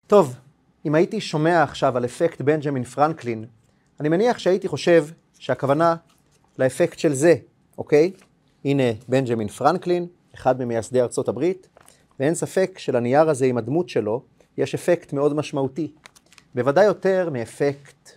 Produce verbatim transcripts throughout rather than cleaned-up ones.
טוב, אם הייתי שומע עכשיו על אפקט בנג'מין פרנקלין, אני מניח שהייתי חושב שהכוונה לאפקט של זה, אוקיי? הנה בנג'מין פרנקלין, אחד ממייסדי ארצות הברית, ואין ספק שלנייר הזה עם הדמות שלו יש אפקט מאוד משמעותי. בוודאי יותר מאפקט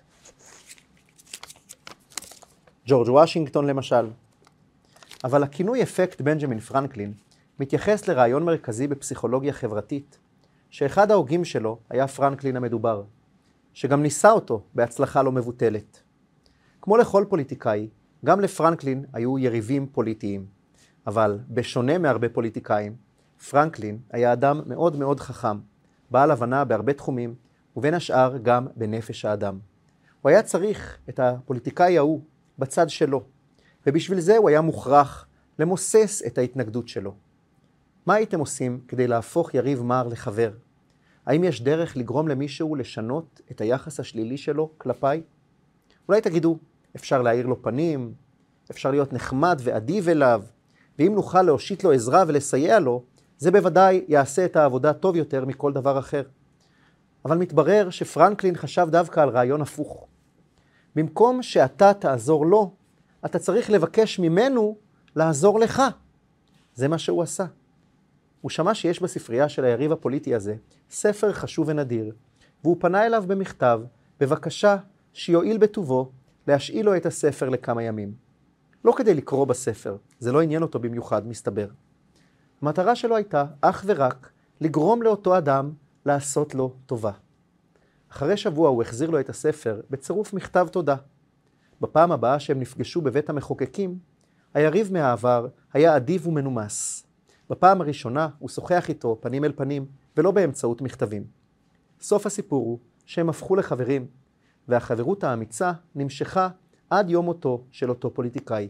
ג'ורג' וושינגטון למשל. אבל הכינוי אפקט בנג'מין פרנקלין מתייחס לרעיון מרכזי בפסיכולוגיה חברתית, שאחד ההוגים שלו היה פרנקלין המדובר, שגם ניסה אותו בהצלחה לא מבוטלת. כמו לכל פוליטיקאי, גם לפרנקלין היו יריבים פוליטיים, אבל בשונה מהרבה פוליטיקאים, פרנקלין היה אדם מאוד מאוד חכם, בעל הבנה בהרבה תחומים, ובין השאר גם בנפש האדם. הוא היה צריך את הפוליטיקאי ההוא בצד שלו, ובשביל זה הוא היה מוכרח למוסס את ההתנגדות שלו. מה הייתם עושים כדי להפוך יריב מר לחבר? האם יש דרך לגרום למישהו לשנות את היחס השלילי שלו כלפיי? אולי תגידו, אפשר להאיר לו פנים, אפשר להיות נחמד ואדיב אליו, ואם נוכל להושיט לו עזרה ולסייע לו, זה בוודאי יעשה את העבודה טוב יותר מכל דבר אחר. אבל מתברר שפרנקלין חשב דווקא על רעיון הפוך. במקום שאתה תעזור לו, אתה צריך לבקש ממנו לעזור לך. זה מה שהוא עשה. הוא שמע שיש בספרייה של היריב הפוליטי הזה ספר חשוב ונדיר, והוא פנה אליו במכתב, בבקשה שיועיל בטובו להשאיל לו את הספר לכמה ימים. לא כדי לקרוא בספר, זה לא עניין אותו במיוחד, מסתבר. המטרה שלו הייתה אך ורק לגרום לאותו אדם לעשות לו טובה. אחרי שבוע הוא החזיר לו את הספר בצירוף מכתב תודה. בפעם הבאה שהם נפגשו בבית המחוקקים, היריב מהעבר היה אדיב ומנומס. בפעם הראשונה הוא שוחח איתו פנים אל פנים, ולא באמצעות מכתבים. סוף הסיפור הוא שהם הפכו לחברים, והחברות האמיצה נמשכה עד יום מותו של אותו פוליטיקאי.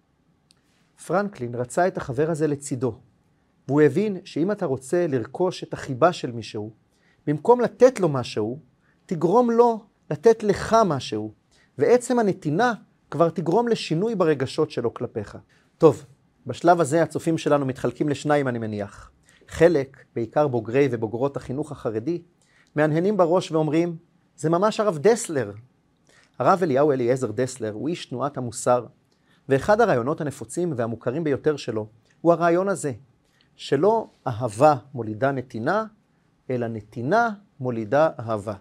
פרנקלין רצה את החבר הזה לצידו, והוא הבין שאם אתה רוצה לרכוש את החיבה של מישהו, במקום לתת לו משהו, תגרום לו לתת לך משהו, ועצם הנתינה כבר תגרום לשינוי ברגשות שלו כלפיך. טוב, בשלב הזה הצופים שלנו מתחלקים לשניים, אני מניח. חלק, בעיקר בוגרי ובוגרות החינוך החרדי, מהנהנים בראש ואומרים, זה ממש הרב דסלר. הרב אליהו אליעזר דסלר הוא איש תנועת המוסר, ואחד הרעיונות הנפוצים והמוכרים ביותר שלו הוא הרעיון הזה, שלא אהבה מולידה נתינה, אלא נתינה מולידה אהבה.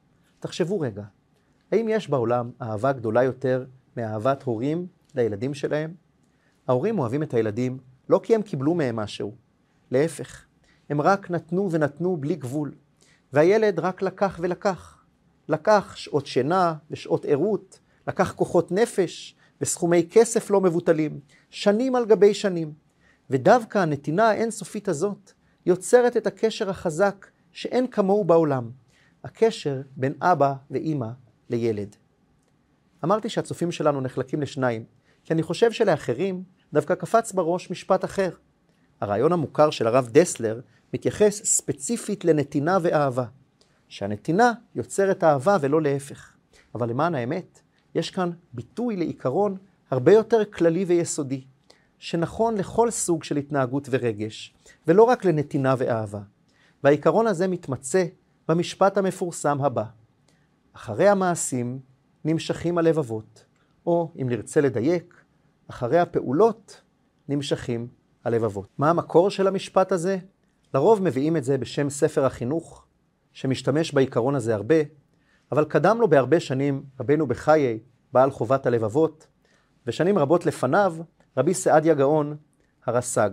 תחשבו רגע, האם יש בעולם אהבה גדולה יותר מאהבת הורים לילדים שלהם? ההורים אוהבים את הילדים לא כי הם קיבלו מהם משהו, להפך, הם רק נתנו ונתנו בלי גבול, והילד רק לקח ולקח. לקח שעות שינה ושעות עירות, לקח כוחות נפש וסכומי כסף לא מבוטלים, שנים על גבי שנים. ודווקא הנתינה האינסופית הזאת יוצרת את הקשר החזק שאין כמוהו בעולם, הקשר בין אבא ואמא לילד. אמרתי שהצופים שלנו נחלקים לשניים, כי אני חושב שלאחרים דווקא קפץ בראש משפט אחר. הרעיון המוכר של הרב דסלר מתייחס ספציפית לנתינה ואהבה, שהנתינה יוצרת אהבה ולא להפך. אבל למען האמת, יש כאן ביטוי לעיקרון הרבה יותר כללי ויסודי, שנכון לכל סוג של התנהגות ורגש, ולא רק לנתינה ואהבה. והעיקרון הזה מתמצא במשפט המפורסם הבא: אחרי המעשים נמשכים הלבבות, או אם נרצה לדייק, אחרי הפעולות נמשכים הלבבות. מה המקור של המשפט הזה? לרוב מביאים את זה בשם ספר החינוך, שמשתמש בעיקרון הזה הרבה, אבל קדם לו בהרבה שנים רבנו בחיי, בעל חובת הלבבות, ושנים רבות לפניו רבי סעדיה גאון הרס"ג.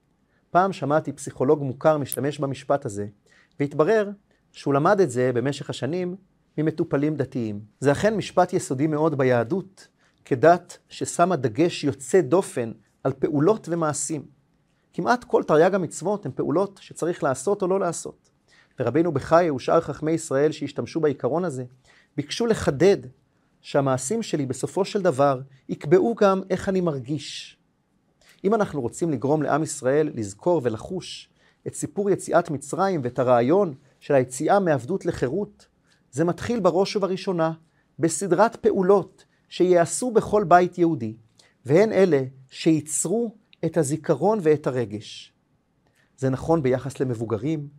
פעם שמעתי פסיכולוג מוכר משתמש במשפט הזה, והתברר שהוא למד את זה במשך השנים ממטופלים דתיים. זה אכן משפט יסודי מאוד ביהדות, כדת ששמה דגש יוצא דופן על פעולות ומעשים. כמעט כל תרי"ג המצוות הן פעולות שצריך לעשות או לא לעשות. ורבינו בחיי ושאר חכמי ישראל שהשתמשו בעיקרון הזה, ביקשו לחדד שהמעשים שלי בסופו של דבר יקבעו גם איך אני מרגיש. אם אנחנו רוצים לגרום לעם ישראל לזכור ולחוש את סיפור יציאת מצרים ואת הרעיון של היציאה מעבדות לחירות, זה מתחיל בראש ובראשונה בסדרת פעולות שיעשו בכל בית יהודי, והן אלה שייצרו את הזיכרון ואת הרגש. זה נכון ביחס למבוגרים,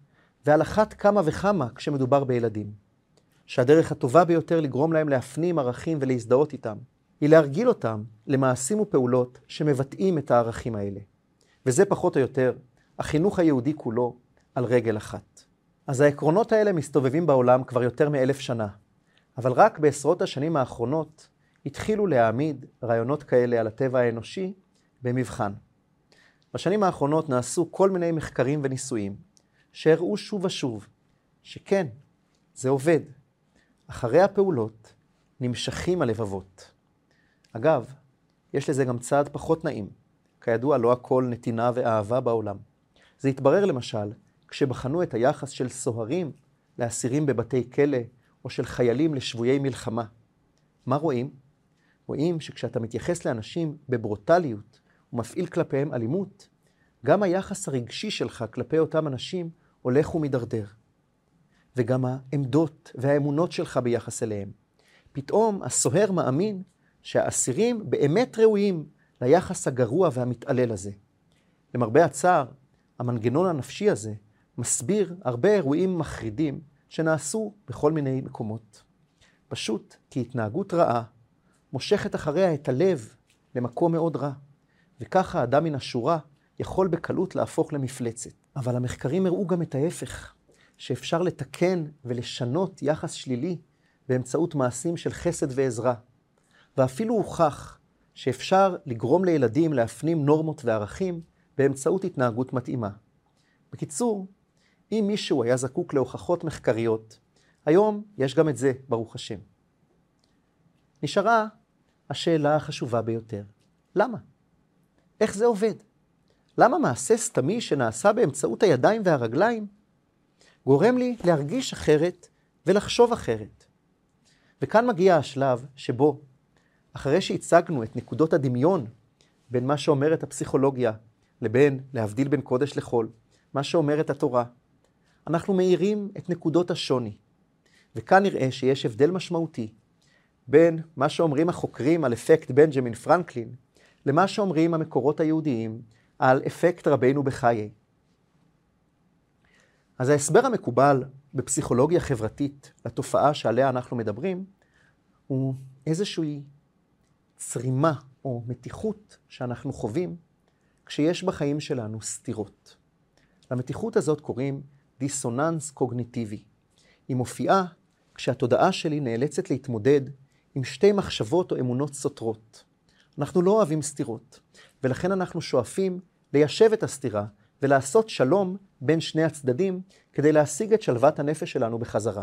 ועל אחת כמה וכמה כשמדובר בילדים. שהדרך הטובה ביותר לגרום להם להפנים ערכים ולהזדהות איתם, היא להרגיל אותם למעשים ופעולות שמבטאים את הערכים האלה. וזה פחות או יותר החינוך היהודי כולו על רגל אחת. אז העקרונות האלה מסתובבים בעולם כבר יותר מאלף שנה, אבל רק בעשרות השנים האחרונות התחילו להעמיד רעיונות כאלה על הטבע האנושי במבחן. בשנים האחרונות נעשו כל מיני מחקרים וניסויים שהראו שוב ושוב שכן, זה עובד. אחרי הפעולות נמשכים הלבבות. אגב, יש לזה גם צעד פחות נעים. כידוע, לא הכל נתינה ואהבה בעולם. זה התברר למשל כשבחנו את היחס של סוהרים לאסירים בבתי כלא או של חיילים לשבויי מלחמה. מה רואים? רואים שכשאתה מתייחס לאנשים בברוטליות ומפעיל כלפיהם אלימות, גם היחס הרגשי שלך כלפי אותם אנשים הולך ומדרדר. וגם העמדות והאמונות שלך ביחס אליהם. פתאום הסוהר מאמין שהאסירים באמת ראויים ליחס הגרוע והמתעלל הזה. למרבה הצער, המנגנון הנפשי הזה מסביר הרבה אירועים מחרידים שנעשו בכל מיני מקומות. פשוט כי התנהגות רעה מושכת אחריה את הלב למקום מאוד רע, וככה האדם מן השורה יכול בקלות להפוך למפלצת. אבל המחקרים הראו גם את ההפך, שאפשר לתקן ולשנות יחס שלילי באמצעות מעשים של חסד ועזרה. ואפילו הוכח שאפשר לגרום לילדים להפנים נורמות וערכים באמצעות התנהגות מתאימה. בקיצור, אם מישהו היה זקוק להוכחות מחקריות, היום יש גם את זה, ברוך השם. נשארה השאלה החשובה ביותר. למה? איך זה עובד? למה מעשה סתמי שנעשה באמצעות הידיים והרגליים גורם לי להרגיש אחרת ולחשוב אחרת? וכאן מגיע השלב שבו, אחרי שהצגנו את נקודות הדמיון בין מה שאומרת הפסיכולוגיה לבין להבדיל בין קודש לחול, מה שאומרת התורה, אנחנו מאירים את נקודות השוני. וכאן נראה שיש הבדל משמעותי בין מה שאומרים החוקרים על אפקט בנג'מין פרנקלין, למה שאומרים המקורות היהודיים על אפקט רבנו בחיי. אז ההסבר המקובל בפסיכולוגיה חברתית לתופעה שעליה אנחנו מדברים, הוא איזושהי צרימה או מתיחות שאנחנו חווים כשיש בחיים שלנו סתירות. למתיחות הזאת קוראים דיסוננס קוגניטיבי. היא מופיעה כשהתודעה שלי נאלצת להתמודד עם שתי מחשבות או אמונות סותרות. אנחנו לא אוהבים סתירות, ולכן אנחנו שואפים ליישב את הסתירה ולעשות שלום בין שני הצדדים כדי להשיג את שלוות הנפש שלנו בחזרה.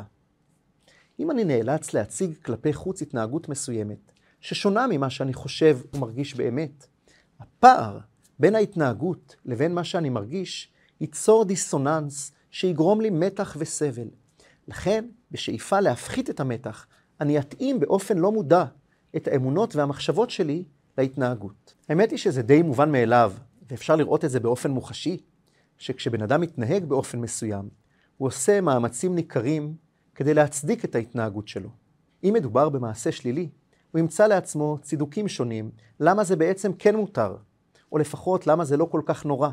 אם אני נאלץ להציג כלפי חוץ התנהגות מסוימת ששונה ממה שאני חושב ומרגיש באמת, הפער בין ההתנהגות לבין מה שאני מרגיש ייצור דיסוננס שיגרום לי מתח וסבל. לכן, בשאיפה להפחית את המתח, אני אתאים באופן לא מודע את האמונות והמחשבות שלי להתנהגות. האמת היא שזה די מובן מאליו, ואפשר לראות את זה באופן מוחשי, שכשבן אדם מתנהג באופן מסוים, הוא עושה מאמצים ניכרים כדי להצדיק את ההתנהגות שלו. אם מדובר במעשה שלילי, הוא ימצא לעצמו צידוקים שונים למה זה בעצם כן מותר, או לפחות למה זה לא כל כך נורא.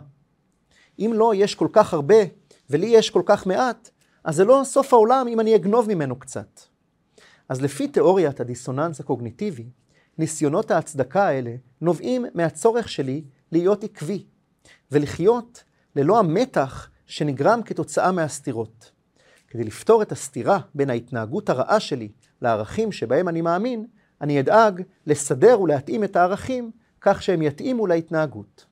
אם לא יש כל כך הרבה ולי יש כל כך מעט, אז זה לא סוף העולם אם אני אגנוב ממנו קצת. אז לפי תיאוריית הדיסוננס הקוגניטיבי, ניסיונות ההצדקה האלה נובעים מהצורך שלי להיות עקבי, ולחיות ללא המתח שנגרם כתוצאה מהסתירות. כדי לפתור את הסתירה בין ההתנהגות הרעה שלי לערכים שבהם אני מאמין, אני אדאג לסדר ולהתאים את הערכים כך שהם יתאימו להתנהגות.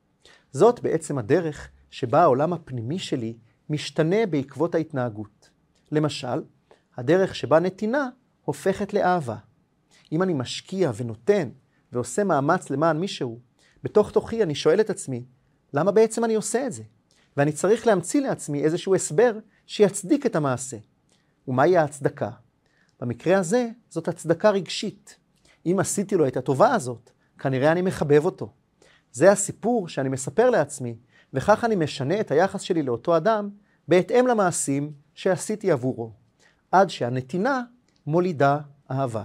זאת בעצם הדרך שבה העולם הפנימי שלי משתנה בעקבות ההתנהגות. למשל, הדרך שבה נתינה הופכת לאהבה. אם אני משקיע ונותן ועושה מאמץ למען מישהו, בתוך תוכי אני שואל את עצמי, למה בעצם אני עושה את זה? ואני צריך להמציא לעצמי איזשהו הסבר שיצדיק את המעשה. ומהי ההצדקה? במקרה הזה, זאת הצדקה רגשית. אם עשיתי לו את הטובה הזאת, כנראה אני מחבב אותו. זה הסיפור שאני מספר לעצמי, וכך אני משנה את היחס שלי לאותו אדם, בהתאם למעשים שעשיתי עבורו, עד שהנתינה מולידה אהבה.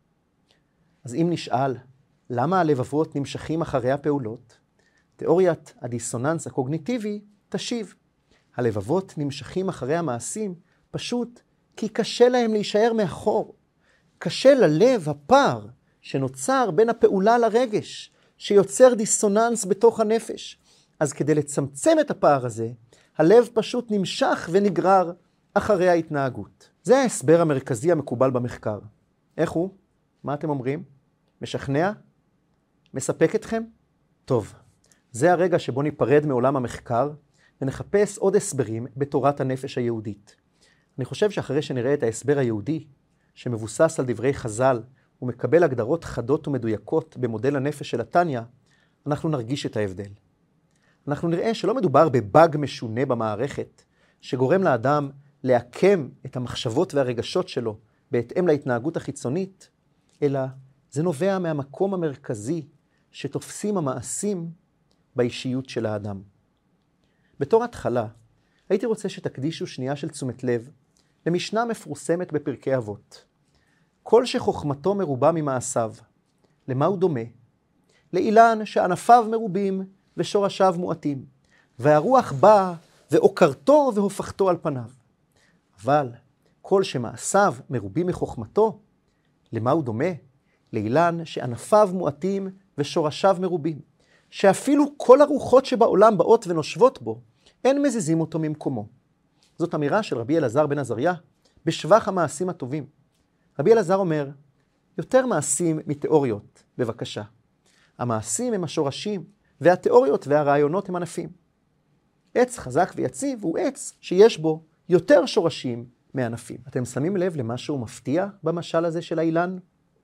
אז אם נשאל, למה הלבבות נמשכים אחרי הפעולות? תיאוריית הדיסוננס הקוגניטיבי תשיב, הלבבות נמשכים אחרי המעשים פשוט כי קשה להם להישאר מאחור. קשה ללב הפער שנוצר בין הפעולה לרגש, שיוצר דיסוננס בתוך הנפש. אז כדי לצמצם את הפער הזה, הלב פשוט נמשך ונגרר אחרי ההתנהגות. זה ההסבר המרכזי המקובל במחקר. איך הוא? מה אתם אומרים? משכנע? מספק אתכם? טוב, זה הרגע שבו ניפרד מעולם המחקר ונחפש עוד הסברים בתורת הנפש היהודית. אני חושב שאחרי שנראה את ההסבר היהודי, שמבוסס על דברי חז"ל ומקבל הגדרות חדות ומדויקות במודל הנפש של התניא, אנחנו נרגיש את ההבדל. אנחנו נראה שלא מדובר בבאג משונה במערכת, שגורם לאדם לעקם את המחשבות והרגשות שלו בהתאם להתנהגות החיצונית, אלא זה נובע מהמקום המרכזי שתופסים המעשים באישיות של האדם. בתור התחלה, הייתי רוצה שתקדישו שנייה של תשומת לב למשנה מפורסמת בפרקי אבות. כל שחוכמתו מרובה ממעשיו, למה הוא דומה? לאילן שענפיו מרובים ושורשיו מועטים, והרוח באה ועוקרתו והופכתו על פניו. אבל כל שמעשיו מרובים מחוכמתו, למה הוא דומה? לאילן שענפיו מועטים ושורשיו מרובים, שאפילו כל הרוחות שבעולם באות ונושבות בו, אין מזיזים אותו ממקומו. זאת אמירה של רבי אלעזר בן עזריה, בשבח המעשים הטובים. רבי אלעזר אומר, יותר מעשים מתיאוריות, בבקשה. המעשים הם השורשים, והתיאוריות והרעיונות הם ענפים. עץ חזק ויציב הוא עץ שיש בו יותר שורשים מענפים. אתם שמים לב למשהו מפתיע במשל הזה של האילן?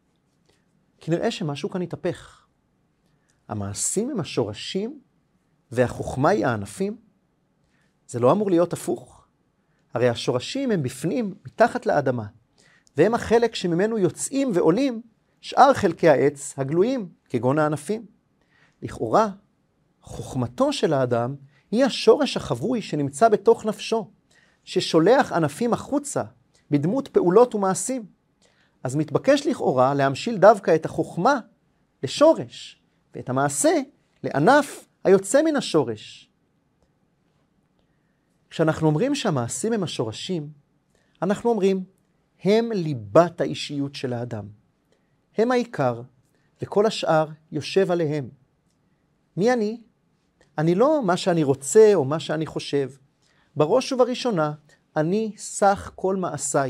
כי נראה שמשהו כאן יתהפך. המעשים הם השורשים והחוכמה היא הענפים. זה לא אמור להיות הפוך. הרי השורשים הם בפנים, מתחת לאדמה, והם החלק שממנו יוצאים ועולים שאר חלקי העץ הגלויים, כגון הענפים. לכאורה, חוכמתו של האדם היא השורש החבוי שנמצא בתוך נפשו, ששולח ענפים החוצה בדמות פעולות ומעשים. אז מתבקש לכאורה להמשיל דווקא את החוכמה לשורש, ואת המעשה לענף היוצא מן השורש. כשאנחנו אומרים שהמעשים הם השורשים, אנחנו אומרים, הם ליבת האישיות של האדם. הם העיקר, וכל השאר יושב עליהם. מי אני? אני לא מה שאני רוצה או מה שאני חושב. בראש ובראשונה, אני סך כל מעשיי.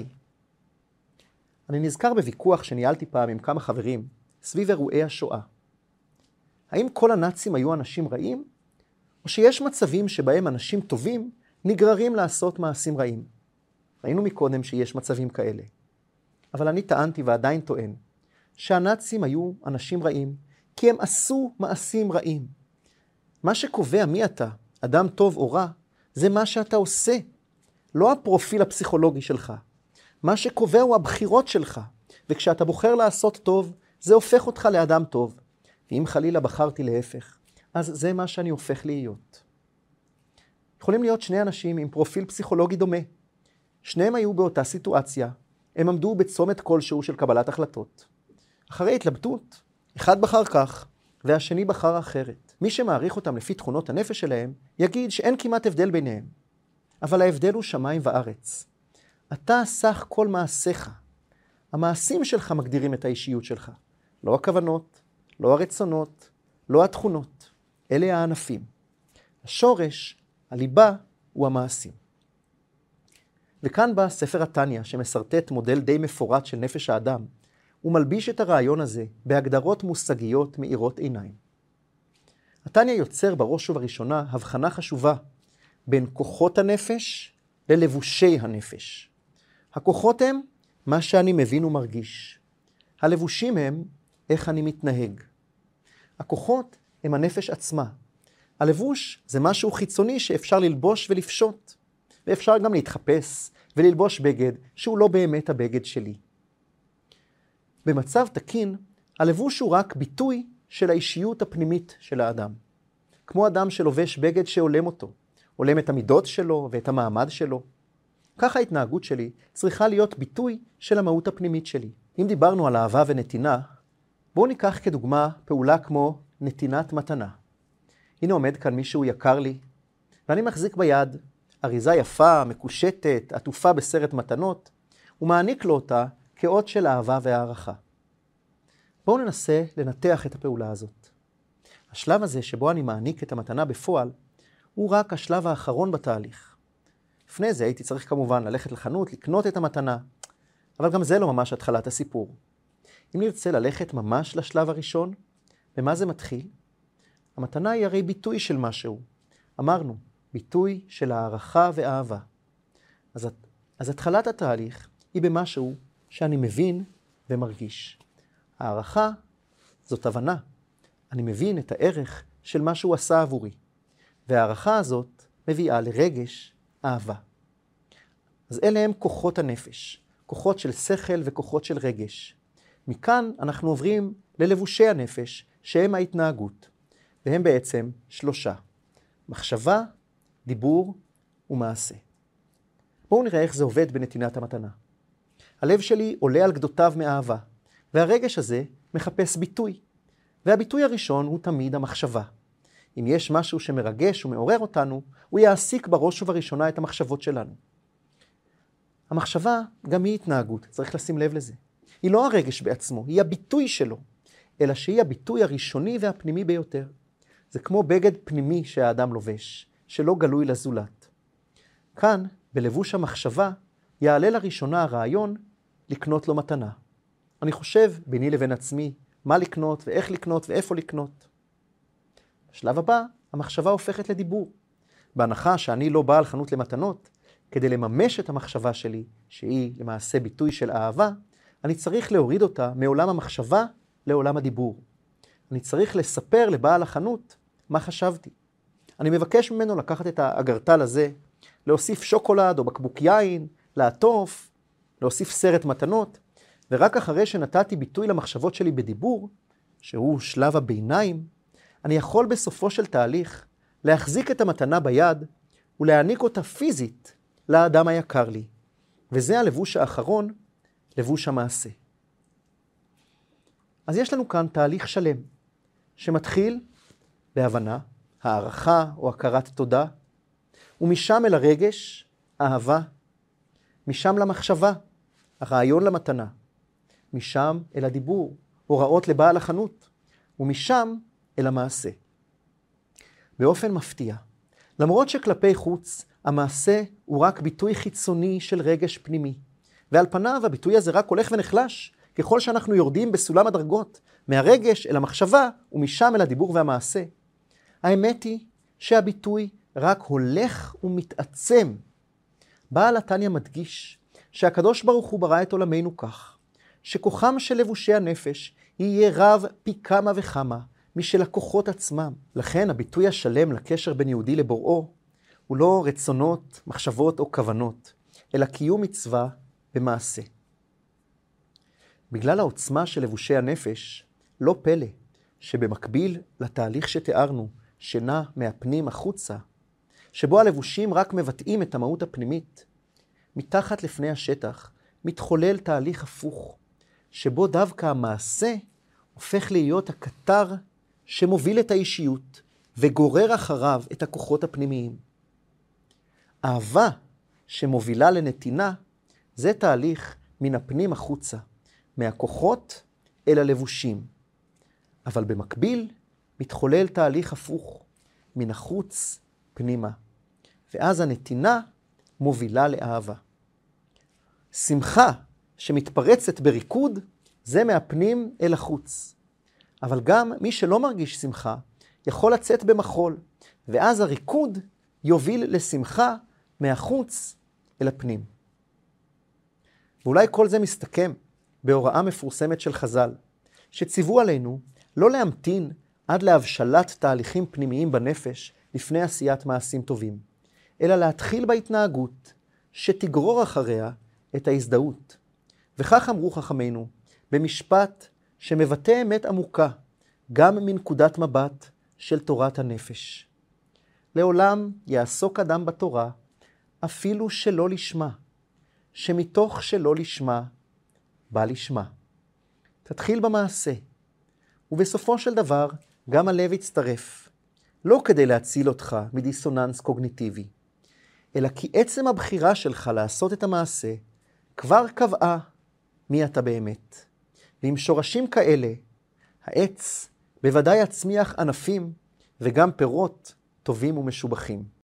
אני נזכר בוויכוח שניהלתי פעם עם כמה חברים סביב אירועי השואה. האם כל הנאצים היו אנשים רעים? או שיש מצבים שבהם אנשים טובים נגררים לעשות מעשים רעים? ראינו מקודם שיש מצבים כאלה. אבל אני טענתי ועדיין טוען שהנאצים היו אנשים רעים כי הם עשו מעשים רעים. מה שקובע מי אתה, אדם טוב או רע, זה מה שאתה עושה, לא הפרופיל הפסיכולוגי שלך. מה שקובע הוא הבחירות שלך, וכשאתה בוחר לעשות טוב, זה הופך אותך לאדם טוב. ואם חלילה בחרתי להפך, אז זה מה שאני הופך להיות. יכולים להיות שני אנשים עם פרופיל פסיכולוגי דומה. שניהם היו באותה סיטואציה, הם עמדו בצומת כלשהו של קבלת החלטות. אחרי התלבטות, אחד בחר כך, והשני בחר אחרת. מי שמעריך אותם לפי תכונות הנפש שלהם, יגיד שאין כמעט הבדל ביניהם. אבל ההבדל הוא שמיים וארץ. אתה סך כל מעשיך. המעשים שלך מגדירים את האישיות שלך. לא הכוונות, לא הרצונות, לא התכונות. אלה הענפים. השורש, הליבה, הוא המעשים. וכאן בא ספר התניא שמסרטט מודל די מפורט של נפש האדם, הוא מלביש את הרעיון הזה בהגדרות מושגיות מאירות עיניים. התניא יוצר בראש ובראשונה הבחנה חשובה בין כוחות הנפש ללבושי הנפש. הכוחות הם מה שאני מבין ומרגיש. הלבושים הם איך אני מתנהג. הכוחות הם הנפש עצמה. הלבוש זה משהו חיצוני שאפשר ללבוש ולפשוט. ואפשר גם להתחפש וללבוש בגד שהוא לא באמת הבגד שלי. במצב תקין, הלבוש הוא רק ביטוי של האישיות הפנימית של האדם. כמו אדם שלובש בגד שעולם אותו, עולם את המידות שלו ואת המעמד שלו. ככה ההתנהגות שלי צריכה להיות ביטוי של המהות הפנימית שלי. אם דיברנו על אהבה ונתינה, בואו ניקח כדוגמה פעולה כמו נתינת מתנה. הנה עומד כאן מישהו יקר לי, ואני מחזיק ביד אריזה יפה, מקושטת, עטופה בסרט מתנות, ומעניק לו אותה כאות של אהבה והערכה. בואו ננסה לנתח את הפעולה הזאת. השלב הזה שבו אני מעניק את המתנה בפועל, הוא רק השלב האחרון בתהליך. לפני זה הייתי צריך כמובן ללכת לחנות, לקנות את המתנה, אבל גם זה לא ממש התחלת הסיפור. אם נרצה ללכת ממש לשלב הראשון, במה זה מתחיל? המתנה היא הרי ביטוי של משהו. אמרנו, ביטוי של הערכה ואהבה. אז, אז התחלת התהליך היא במשהו שאני מבין ומרגיש. הערכה זאת הבנה. אני מבין את הערך של מה שהוא עשה עבורי. והערכה הזאת מביאה לרגש אהבה. אז אלה הם כוחות הנפש, כוחות של שכל וכוחות של רגש. מכאן אנחנו עוברים ללבושי הנפש, שהם ההתנהגות, והם בעצם שלושה: מחשבה, דיבור ומעשה. בואו נראה איך זה עובד בנתינת המתנה. הלב שלי עולה על גדותיו מאהבה, והרגש הזה מחפש ביטוי. והביטוי הראשון הוא תמיד המחשבה. אם יש משהו שמרגש ומעורר אותנו, הוא יעסיק בראש ובראשונה את המחשבות שלנו. המחשבה גם היא התנהגות, צריך לשים לב לזה. היא לא הרגש בעצמו, היא הביטוי שלו, אלא שהיא הביטוי הראשוני והפנימי ביותר. זה כמו בגד פנימי שהאדם לובש, שלא גלוי לזולת. כאן, בלבוש המחשבה, יעלה לראשונה הרעיון לקנות לו מתנה. אני חושב ביני לבין עצמי מה לקנות ואיך לקנות ואיפה לקנות. בשלב הבא, המחשבה הופכת לדיבור. בהנחה שאני לא בעל חנות למתנות, כדי לממש את המחשבה שלי, שהיא למעשה ביטוי של אהבה, אני צריך להוריד אותה מעולם המחשבה לעולם הדיבור. אני צריך לספר לבעל החנות מה חשבתי. אני מבקש ממנו לקחת את האגרטל הזה, להוסיף שוקולד או בקבוק יין, לעטוף, להוסיף סרט מתנות, ורק אחרי שנתתי ביטוי למחשבות שלי בדיבור, שהוא שלב הביניים, אני יכול בסופו של תהליך להחזיק את המתנה ביד ולהעניק אותה פיזית לאדם היקר לי. וזה הלבוש האחרון, לבוש המעשה. אז יש לנו כאן תהליך שלם, שמתחיל בהבנה, הערכה או הכרת תודה, ומשם אל הרגש, אהבה, משם למחשבה, הרעיון למתנה, משם אל הדיבור, הוראות לבעל החנות, ומשם אל המעשה. באופן מפתיע, למרות שכלפי חוץ, המעשה הוא רק ביטוי חיצוני של רגש פנימי, ועל פניו הביטוי הזה רק הולך ונחלש, ככל שאנחנו יורדים בסולם הדרגות, מהרגש אל המחשבה ומשם אל הדיבור והמעשה. האמת היא שהביטוי רק הולך ומתעצם. בעל התניא מדגיש שהקדוש ברוך הוא ברא את עולמנו כך, שכוחם של לבושי הנפש יהיה רב פי כמה וכמה משל הכוחות עצמם. לכן הביטוי השלם לקשר בין יהודי לבוראו הוא לא רצונות, מחשבות או כוונות, אלא קיום מצווה במעשה. בגלל העוצמה של לבושי הנפש, לא פלא שבמקביל לתהליך שתיארנו, שנע מהפנים החוצה, שבו הלבושים רק מבטאים את המהות הפנימית, מתחת לפני השטח מתחולל תהליך הפוך, שבו דווקא המעשה הופך להיות הקטר שמוביל את האישיות וגורר אחריו את הכוחות הפנימיים. אהבה שמובילה לנתינה זה תהליך מן הפנים החוצה, מהכוחות אל הלבושים. אבל במקביל מתחולל תהליך הפוך, מן החוץ פנימה. ואז הנתינה מובילה לאהבה. שמחה שמתפרצת בריקוד זה מהפנים אל החוץ. אבל גם מי שלא מרגיש שמחה יכול לצאת במחול, ואז הריקוד יוביל לשמחה מהחוץ אל הפנים. ואולי כל זה מסתכם בהוראה מפורסמת של חז"ל, שציוו עלינו לא להמתין עד להבשלת תהליכים פנימיים בנפש לפני עשיית מעשים טובים, אלא להתחיל בהתנהגות שתגרור אחריה את ההזדהות. וכך אמרו חכמינו, במשפט שמבטא אמת עמוקה, גם מנקודת מבט של תורת הנפש. לעולם יעסוק אדם בתורה, אפילו שלא לשמה, שמתוך שלא לשמה, בא לשמה. תתחיל במעשה, ובסופו של דבר גם הלב יצטרף, לא כדי להציל אותך מדיסוננס קוגניטיבי, אלא כי עצם הבחירה שלך לעשות את המעשה כבר קבעה מי אתה באמת. ועם שורשים כאלה, העץ בוודאי יצמיח ענפים וגם פירות טובים ומשובחים.